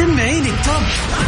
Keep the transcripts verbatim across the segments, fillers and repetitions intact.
سمعيني التوب.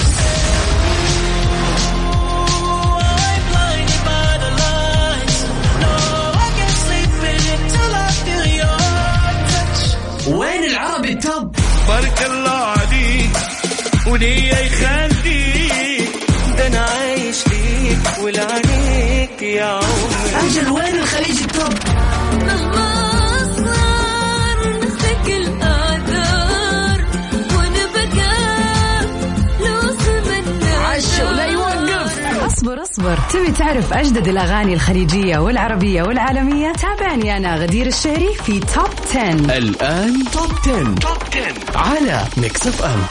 وين العربي التوب؟ بارك الله عليك وليه يخليك، ده انا عايش ليك ولعنيك يا عمري. أجل وين الخليج التوب؟ مهما أصغر نخلق الآثار ونبقى نوصل منا عشو لا يوقف. أصبر أصبر، تبي تعرف أجدد الأغاني الخليجية والعربية والعالمية؟ تابعني أنا غدير الشهري في توب عشرة. الآن توب عشرة على ميكس اف ام.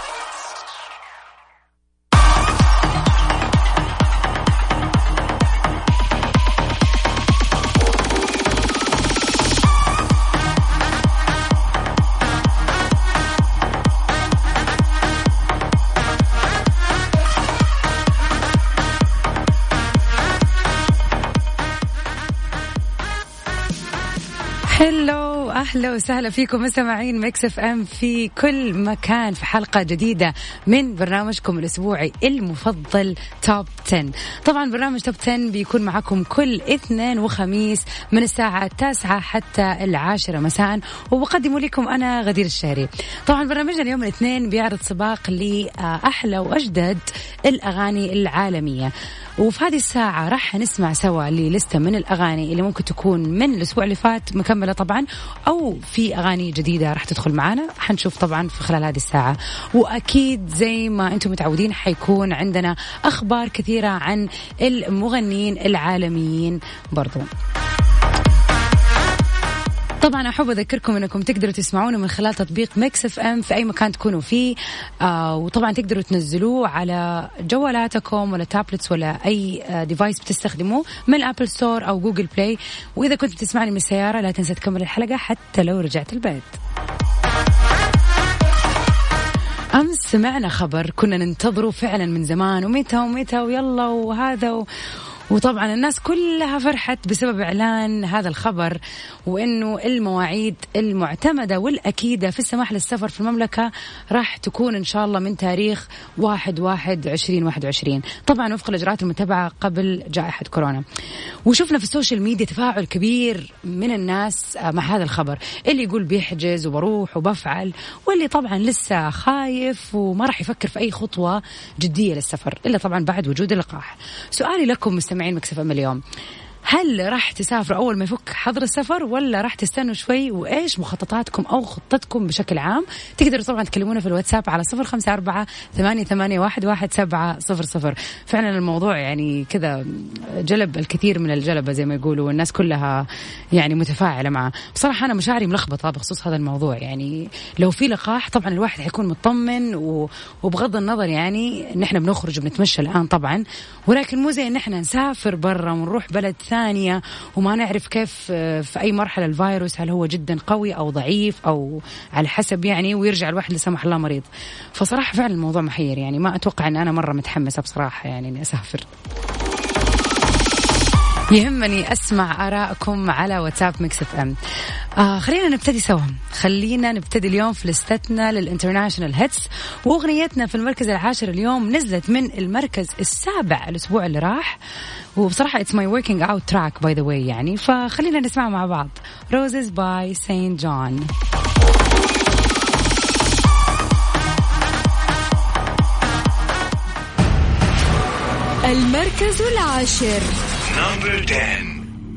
هلو أهلا وسهلا فيكم مستمعين ميكس اف ام في كل مكان في حلقة جديدة من برنامجكم الأسبوعي المفضل توب عشرة. طبعا برنامج توب عشرة بيكون معكم كل اثنين وخميس من الساعة التاسعة حتى العاشرة مساء، وبقدم لكم أنا غدير الشهري. طبعا برنامجنا اليوم الاثنين بيعرض سباق لأحلى وأجدد الأغاني العالمية، وفي هذه الساعة راح نسمع سوا للستة من الأغاني اللي ممكن تكون من الأسبوع اللي فات مكملة طبعا، أو في أغاني جديدة راح تدخل معنا، حنشوف طبعا في خلال هذه الساعة. وأكيد زي ما أنتم متعودين حيكون عندنا أخبار كثيرة عن المغنيين العالميين برضو. طبعا أحب أذكركم أنكم تقدروا تسمعونا من خلال تطبيق ميكس اف ام في أي مكان تكونوا فيه، آه وطبعا تقدروا تنزلوه على جوالاتكم ولا تابلتس ولا أي آه ديفايس بتستخدموه من الأبل ستور أو جوجل بلاي. وإذا كنت تسمعني من السيارة لا تنسى تكمل الحلقة حتى لو رجعت البيت. أمس سمعنا خبر كنا ننتظره فعلا من زمان، ومتى ومتى ويلا وهذا و... وطبعا الناس كلها فرحت بسبب إعلان هذا الخبر، وإنه المواعيد المعتمدة والأكيدة في السماح للسفر في المملكة راح تكون إن شاء الله من تاريخ واحد واحد عشرين واحد وعشرين، طبعا وفق الإجراءات المتبعة قبل جائحة كورونا. وشفنا في السوشيال ميديا تفاعل كبير من الناس مع هذا الخبر، اللي يقول بيحجز وبروح وبفعل، واللي طبعا لسه خايف وما راح يفكر في أي خطوة جدية للسفر إلا طبعا بعد وجود اللقاح. سؤالي لكم مستمعين مكسف أم اليوم، هل راح تسافروا أول ما يفك حظر السفر ولا راح تستنوا شوي؟ وإيش مخططاتكم أو خطتكم بشكل عام؟ تقدروا طبعا تكلمونا في الواتساب على صفر خمسة أربعة ثمانية ثمانية واحد واحد سبعة صفر صفر. فعلا الموضوع يعني كذا جلب الكثير من الجلبة زي ما يقولوا، والناس كلها يعني متفاعلة معه. بصراحة أنا مشاعري ملخبطة بخصوص هذا الموضوع، يعني لو في لقاح طبعا الواحد حيكون مطمن، وبغض النظر يعني نحن بنخرج وبنتمشى الآن طبعا، ولكن مو زي إن احنا نسافر برا ونروح بلد ثانية وما نعرف كيف في أي مرحلة الفيروس، هل هو جدا قوي أو ضعيف أو على حسب يعني، ويرجع الواحد لسمح الله مريض. فصراحة فعلا الموضوع محير، يعني ما أتوقع أن أنا مرة متحمسة بصراحة يعني أني أسافر. يهمني أسمع آراءكم على واتساب ميكس اف ام. آه خلينا نبتدي سوا، خلينا نبتدي اليوم في لستنا للانترناشنال هيتس، وأغنيتنا في المركز العاشر اليوم نزلت من المركز السابع الأسبوع اللي راح، وبصراحة it's my working out track by the way يعني، فخلينا نسمع مع بعض Roses by Saint John. المركز العاشر Number ten.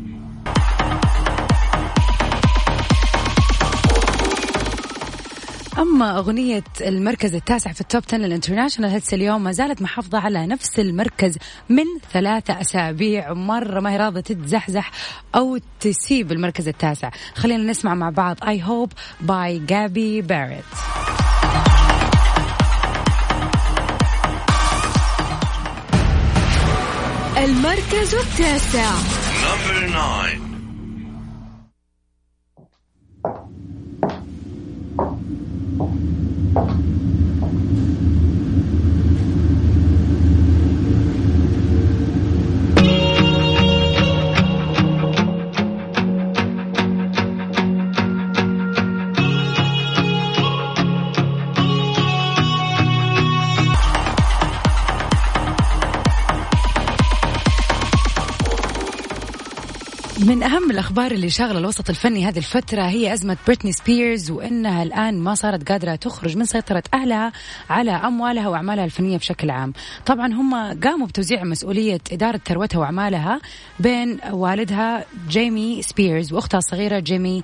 أما أغنية المركز التاسع في التوب عشرة للإنترناشنال هيتس اليوم ما زالت محافظة على نفس المركز من ثلاثة أسابيع، مرة ما هي راضية تتزحزح أو تسيب المركز التاسع. خلينا نسمع مع بعض I Hope by Gabby Barrett. المركز التاسع Number nine. من أهم الأخبار اللي شاغلة الوسط الفني هذه الفترة هي أزمة بريتني سبيرز، وإنها الآن ما صارت قادرة تخرج من سيطرة أهلها على أموالها وأعمالها الفنية بشكل عام. طبعا هم قاموا بتوزيع مسؤولية إدارة ثروتها وأعمالها بين والدها جيمي سبيرز وأختها الصغيرة جيمي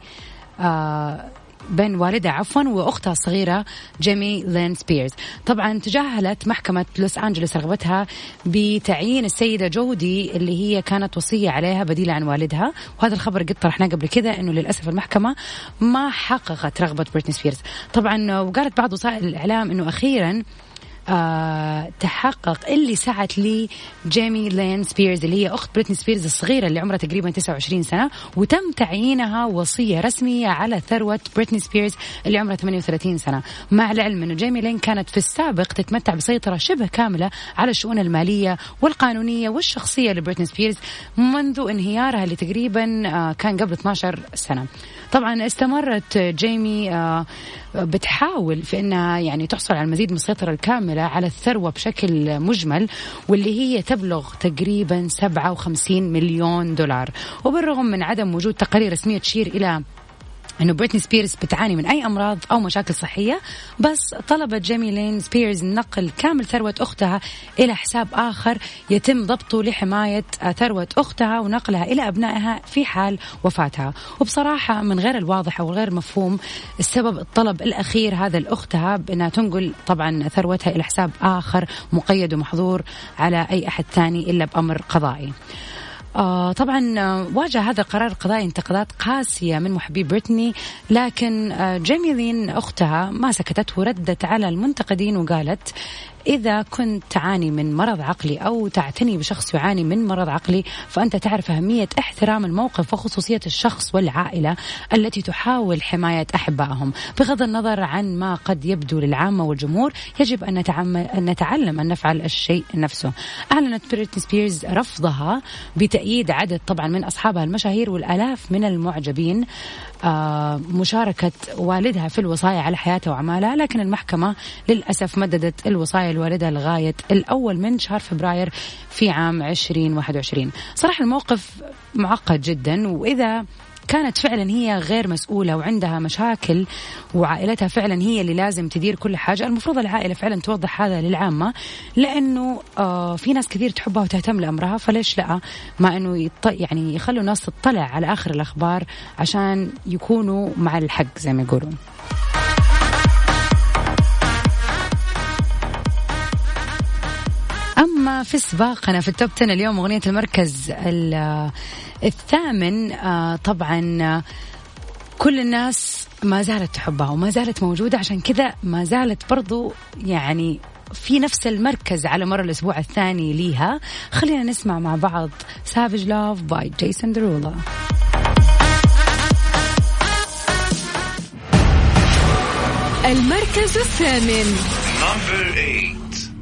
آه بين والدها عفوا وأختها الصغيرة جيمي لين سبيرز. طبعا تجاهلت محكمة لوس أنجلوس رغبتها بتعيين السيدة جودي اللي هي كانت وصية عليها بديلة عن والدها، وهذا الخبر قد طرحناه قبل كذا أنه للأسف المحكمة ما حققت رغبة بريتني سبيرز. طبعا وقالت بعض وسائل الإعلام أنه أخيرا آه تحقق اللي سعت لي جيمي لين سبيرز اللي هي أخت بريتني سبيرز الصغيرة اللي عمرها تقريبا تسعة وعشرين سنة، وتم تعيينها وصية رسمية على ثروة بريتني سبيرز اللي عمرها ثمانية وثلاثين سنة، مع العلم أنه جيمي لين كانت في السابق تتمتع بسيطرة شبه كاملة على الشؤون المالية والقانونية والشخصية لبريتني سبيرز منذ انهيارها اللي تقريبا آه كان قبل اثنتي عشرة سنة. طبعا استمرت جيمي آه بتحاول في أنها يعني تحصل على المزيد من السيطرة الكاملة على الثروة بشكل مجمل، واللي هي تبلغ تقريبا سبعة وخمسين مليون دولار. وبالرغم من عدم وجود تقارير رسمية تشير إلى أنه بريتني سبيرز بتعاني من أي أمراض أو مشاكل صحية، بس طلبت جيمي لين سبيرز نقل كامل ثروة أختها إلى حساب آخر يتم ضبطه لحماية ثروة أختها ونقلها إلى أبنائها في حال وفاتها. وبصراحة من غير الواضح أو غير مفهوم السبب الطلب الأخير هذا لأختها بأنها تنقل طبعا ثروتها إلى حساب آخر مقيد ومحظور على أي أحد ثاني إلا بأمر قضائي. آه طبعا آه واجه هذا القرار القضائي انتقادات قاسية من محبي بريتني، لكن آه جيمي لين أختها ما سكتت وردت على المنتقدين وقالت: إذا كنت تعاني من مرض عقلي أو تعتني بشخص يعاني من مرض عقلي فأنت تعرف أهمية احترام الموقف وخصوصية الشخص والعائلة التي تحاول حماية أحبائهم بغض النظر عن ما قد يبدو للعامة والجمهور. يجب أن نتعلم أن نفعل الشيء نفسه. أعلنت بريتني سبيرز رفضها بتأييد عدد طبعا من أصحابها المشاهير والآلاف من المعجبين آه مشاركة والدها في الوصاية على حياتها وأعمالها، لكن المحكمة للأسف مددت الوصاية لوالدها لغاية الأول من شهر فبراير في عام عشرين واحد وعشرين. صراحة الموقف معقد جدا، وإذا كانت فعلا هي غير مسؤولة وعندها مشاكل وعائلتها فعلا هي اللي لازم تدير كل حاجة، المفروض العائلة فعلا توضح هذا للعامة، لأنه آه في ناس كثير تحبها وتهتم لأمرها، فليش لا ما أنه يط... يعني يخلوا الناس تطلع على آخر الأخبار عشان يكونوا مع الحق زي ما يقولون. أما في سباقنا في التوب عشرة اليوم أغنية المركز الثامن طبعا كل الناس ما زالت تحبها وما زالت موجودة، عشان كذا ما زالت برضو يعني في نفس المركز على مر الأسبوع الثاني ليها. خلينا نسمع مع بعض Savage Love by Jason Derulo. المركز الثامن. Number eight.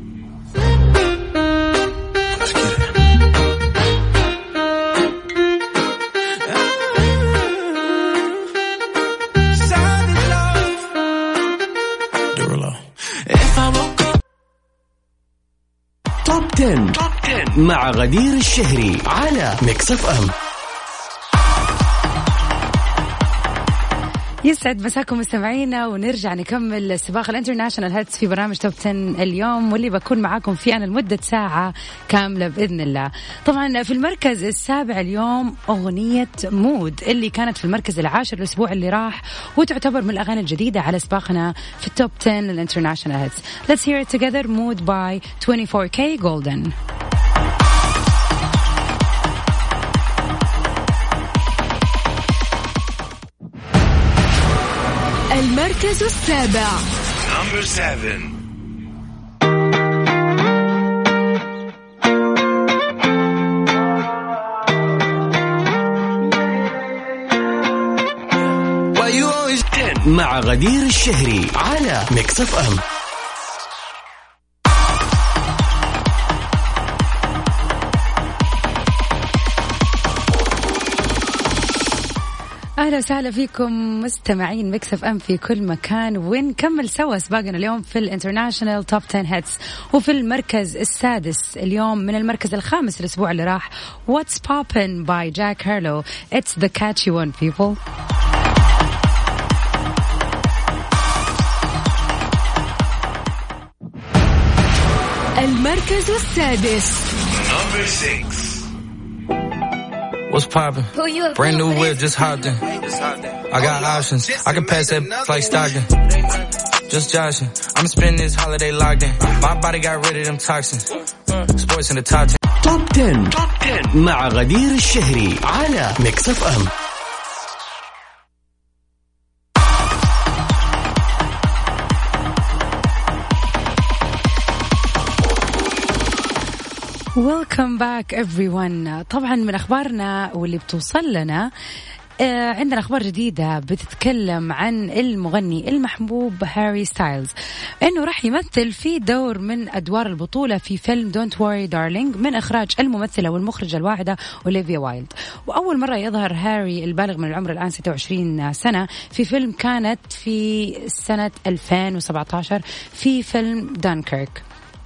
توب عشرة مع غدير الشهري على ميكس اف ام. يسعد مساكم مستمعينا، ونرجع نكمل سباق الانترناشنال هيتس في برنامج توب عشرة اليوم، واللي بكون معاكم فيه أنا لمدة ساعة كاملة بإذن الله. طبعا في المركز السابع اليوم أغنية مود اللي كانت في المركز العاشر الأسبوع اللي راح، وتعتبر من الأغاني الجديدة على سباقنا في التوب عشرة الانترناشنال هيتس. Let's hear it together. Mood by twenty-four K Golden. المركز السابع. Number seven. مع غدير الشهري على ميكس اف ام. أهلا وسهلا فيكم مستمعين ميكس اف ام في كل مكان، ونكمل سوا سباقنا اليوم في الانترناشنال توب عشرة هيتس. وفي المركز السادس اليوم من المركز الخامس الأسبوع اللي راح What's Poppin' by Jack Harlow. It's the catchy one people. المركز السادس. Number six. What's poppin'? Brand new whip, just hopped in. I got options. I can pass that like Stockton. Just joshing. I'm spending this holiday locked in. My body got rid of them toxins. Sports in the top ten. توب عشرة. توب عشرة مع غدير الشهري على ميكس اف ام. Welcome back everyone. طبعا من أخبارنا واللي بتوصل لنا آه عندنا أخبار جديدة بتتكلم عن المغني المحبوب هاري ستايلز، إنه راح يمثل في دور من أدوار البطولة في فيلم Don't Worry Darling من إخراج الممثلة والمخرجة الواعدة أوليفيا وايلد. وأول مرة يظهر هاري البالغ من العمر الآن ستة وعشرين سنة في فيلم كانت في سنة ألفين وسبعة عشر في فيلم دانكيرك.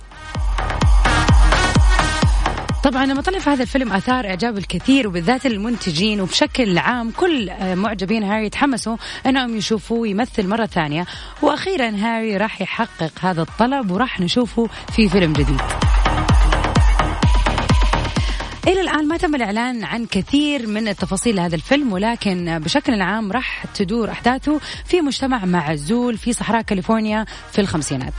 طبعا لما طلع في هذا الفيلم أثار إعجاب الكثير وبالذات المنتجين، وبشكل عام كل معجبين هاري تحمسوا أنهم يشوفوه يمثل مرة ثانية. وأخيرا هاري راح يحقق هذا الطلب وراح نشوفه في فيلم جديد. إلى الآن ما تم الإعلان عن كثير من التفاصيل لهذا الفيلم، ولكن بشكل عام راح تدور أحداثه في مجتمع معزول في صحراء كاليفورنيا في الخمسينات.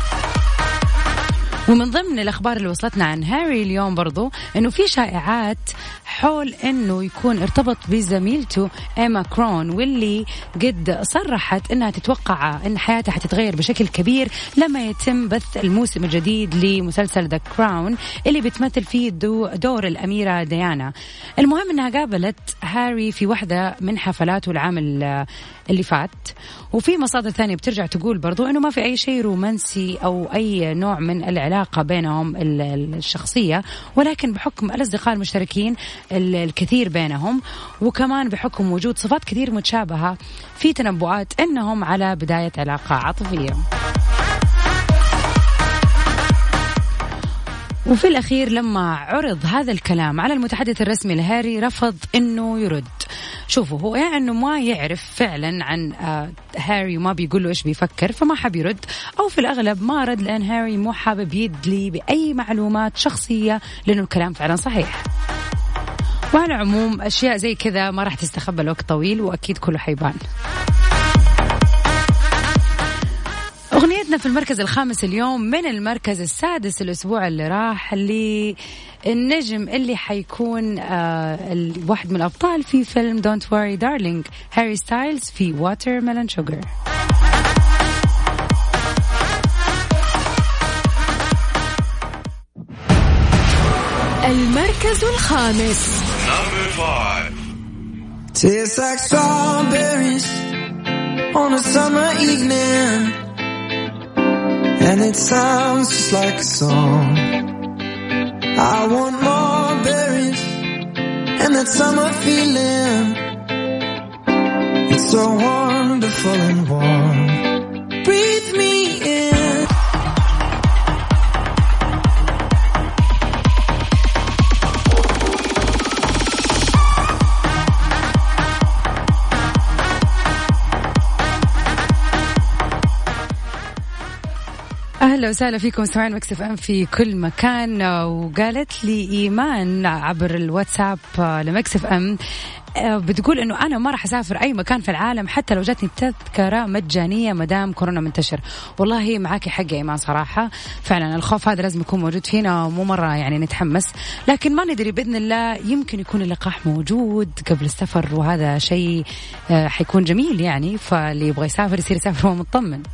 ومن ضمن الأخبار اللي وصلتنا عن هاري اليوم برضو أنه في شائعات حول أنه يكون ارتبط بزميلته إيما كرون، واللي قد صرحت أنها تتوقع أن حياتها حتتغير بشكل كبير لما يتم بث الموسم الجديد لمسلسل ذا كراون اللي بتمثل فيه دو دور الأميرة ديانا. المهم أنها قابلت هاري في واحدة من حفلاته العام اللي فات، وفي مصادر ثانية بترجع تقول برضو أنه ما في أي شيء رومانسي أو أي نوع من العلاقة بينهم الشخصية، ولكن بحكم الأصدقاء المشتركين الكثير بينهم، وكمان بحكم وجود صفات كثير متشابهة، في تنبؤات أنهم على بداية علاقة عاطفية. وفي الأخير لما عرض هذا الكلام على المتحدث الرسمي لهاري رفض أنه يرد. شوفوا هو يعني أنه ما يعرف فعلا عن آه هاري وما بيقول له إيش بيفكر، فما حاب يرد، أو في الأغلب ما رد لأن هاري مو حابب يدلي بأي معلومات شخصية لأنه الكلام فعلا صحيح. وعلى العموم أشياء زي كذا ما راح تستخبى لوقت طويل وأكيد كله حيبان. أغنيتنا في المركز الخامس اليوم من المركز السادس الأسبوع اللي راح للنجم اللي حيكون آه واحد من الأبطال في فيلم Don't Worry Darling، هاري ستايلز في Watermelon Sugar. المركز الخامس. Number five. Tastes like strawberries on a summer evening, and it sounds just like a song. I want more berries and that summer feeling. It's so wonderful and warm. Breathe me in. أهلا وسهلا فيكم مستمعين مكس اف ام في كل مكان. وقالت لي إيمان عبر الواتساب لمكس اف ام بتقول إنه أنا ما راح أسافر أي مكان في العالم حتى لو جاتني تذكرة مجانية مدام كورونا منتشر. والله معاكي حق يا إيمان صراحة، فعلا الخوف هذا لازم يكون موجود فينا ومو مرة يعني نتحمس، لكن ما ندري بإذن الله يمكن يكون اللقاح موجود قبل السفر، وهذا شيء حيكون جميل يعني، فاللي يبغى يسافر يصير يسافر وهو مطمن.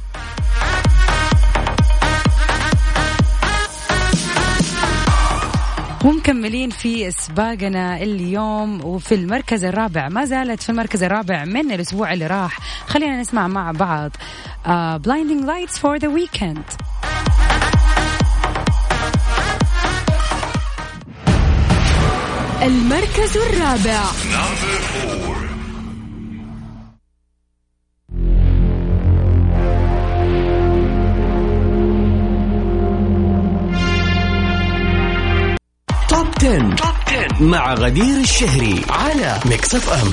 ومكملين في سباقنا اليوم وفي المركز الرابع، ما زالت في المركز الرابع من الأسبوع اللي راح. خلينا نسمع مع بعض uh, Blinding Lights for the Weekend. المركز الرابع. Number four. عشرة. توب عشرة مع غدير الشهري على ميكس اف ام.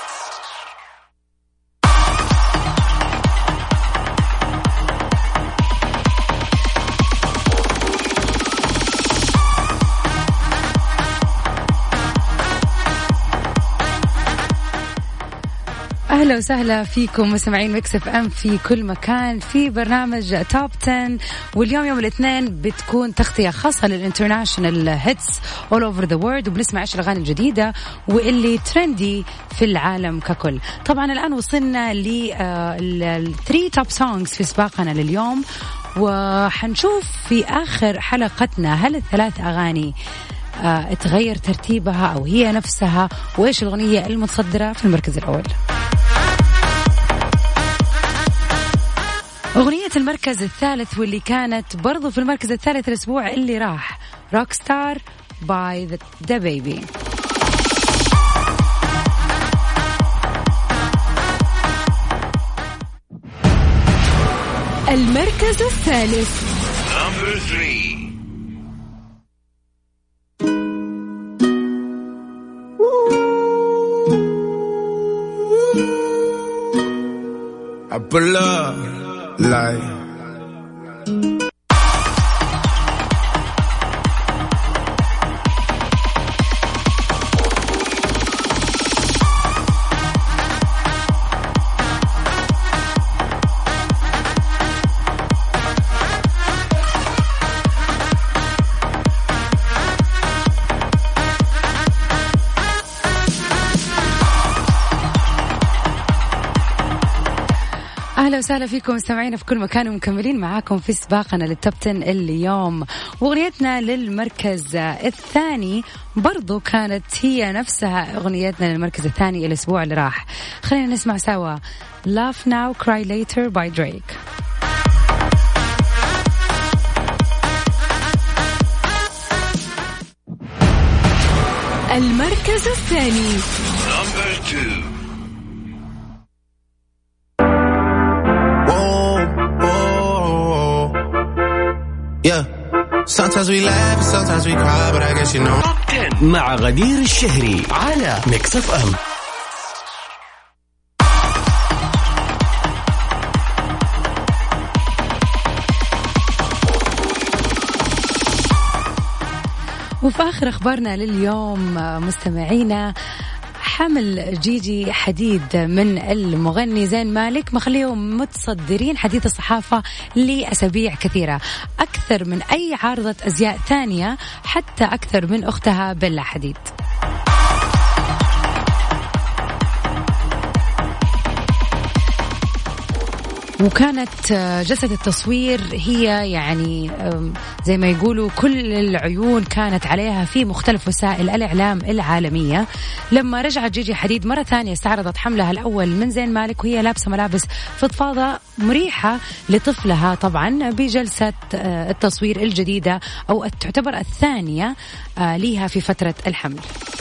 أهلا وسهلا فيكم مستمعين ميكس اف ام في كل مكان في برنامج توب عشرة. واليوم يوم الاثنين بتكون تغطية خاصة للانترناشنال هيتس all over the world، وبنسمع ايش الأغاني الجديدة واللي ترندي في العالم ككل. طبعا الآن وصلنا للثري توب سونجز في سباقنا لليوم، وحنشوف في آخر حلقتنا هل الثلاث أغاني اه تغير ترتيبها أو هي نفسها، وإيش الأغنية المتصدرة في المركز الأول. أغنية المركز الثالث واللي كانت برضو في المركز الثالث الأسبوع اللي راح، روكستار باي ذا بيبي. المركز الثالث. Number three. I pull up like أهلا وسهلا فيكم مستمعينا في كل مكان، ومكملين معاكم في سباقنا للتوب عشرة اليوم. وأغنيتنا للمركز الثاني برضو كانت هي نفسها أغنيتنا للمركز الثاني الأسبوع اللي راح. خلينا نسمع سوا Laugh Now Cry Later by Drake. المركز الثاني. Number two. Yeah, sometimes we laugh, sometimes we cry, but I guess you know. توب عشرة مع غدير الشهري على ميكس اف ام. وفي آخر أخبارنا لليوم مستمعينا، حمل جيجي حديد من المغني زين مالك مخليهم متصدرين حديث الصحافة لأسابيع كثيرة، أكثر من أي عارضة أزياء ثانية، حتى أكثر من أختها بيلا حديد. وكانت جلسة التصوير هي يعني زي ما يقولوا كل العيون كانت عليها في مختلف وسائل الإعلام العالمية، لما رجعت جيجي حديد مرة ثانية استعرضت حملها الأول من زين مالك وهي لابسة ملابس فضفاضة مريحة لطفلها، طبعا بجلسة التصوير الجديدة أو تعتبر الثانية ليها في فترة الحمل.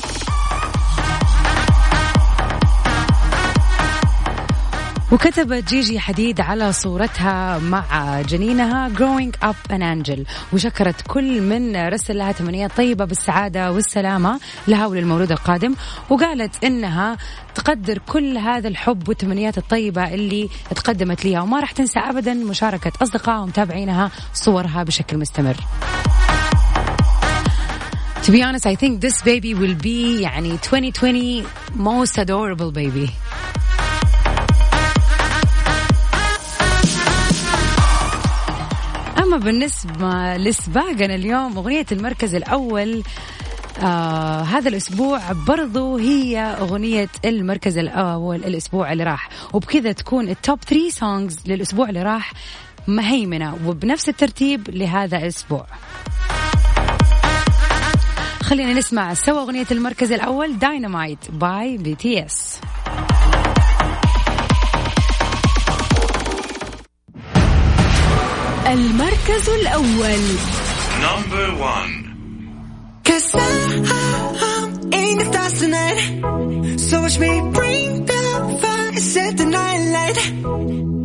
وكتبت جيجي حديد على صورتها مع جنينها Growing Up an Angel، وشكرت كل من رسل لها تمنيات طيبة بالسعادة والسلامة لها وللمولود القادم، وقالت إنها تقدر كل هذا الحب والتمنيات الطيبة اللي تقدمت لها، وما راح تنسى أبدا مشاركة أصدقائها ومتابعينها صورها بشكل مستمر. To be honest, I think this baby will be يعني twenty twenty most adorable baby. أما بالنسبة لسباقنا اليوم، أغنية المركز الأول آه هذا الأسبوع برضو هي أغنية المركز الأول الأسبوع اللي راح، وبكذا تكون التوب ثري سونجز للأسبوع اللي راح مهيمنة وبنفس الترتيب لهذا الأسبوع. خلينا نسمع سوا أغنية المركز الأول داينامايت باي بي تي اس. المركز الأول. Number one. 'Cause I'm in the stars tonight, so watch me bring the fire, set the night light.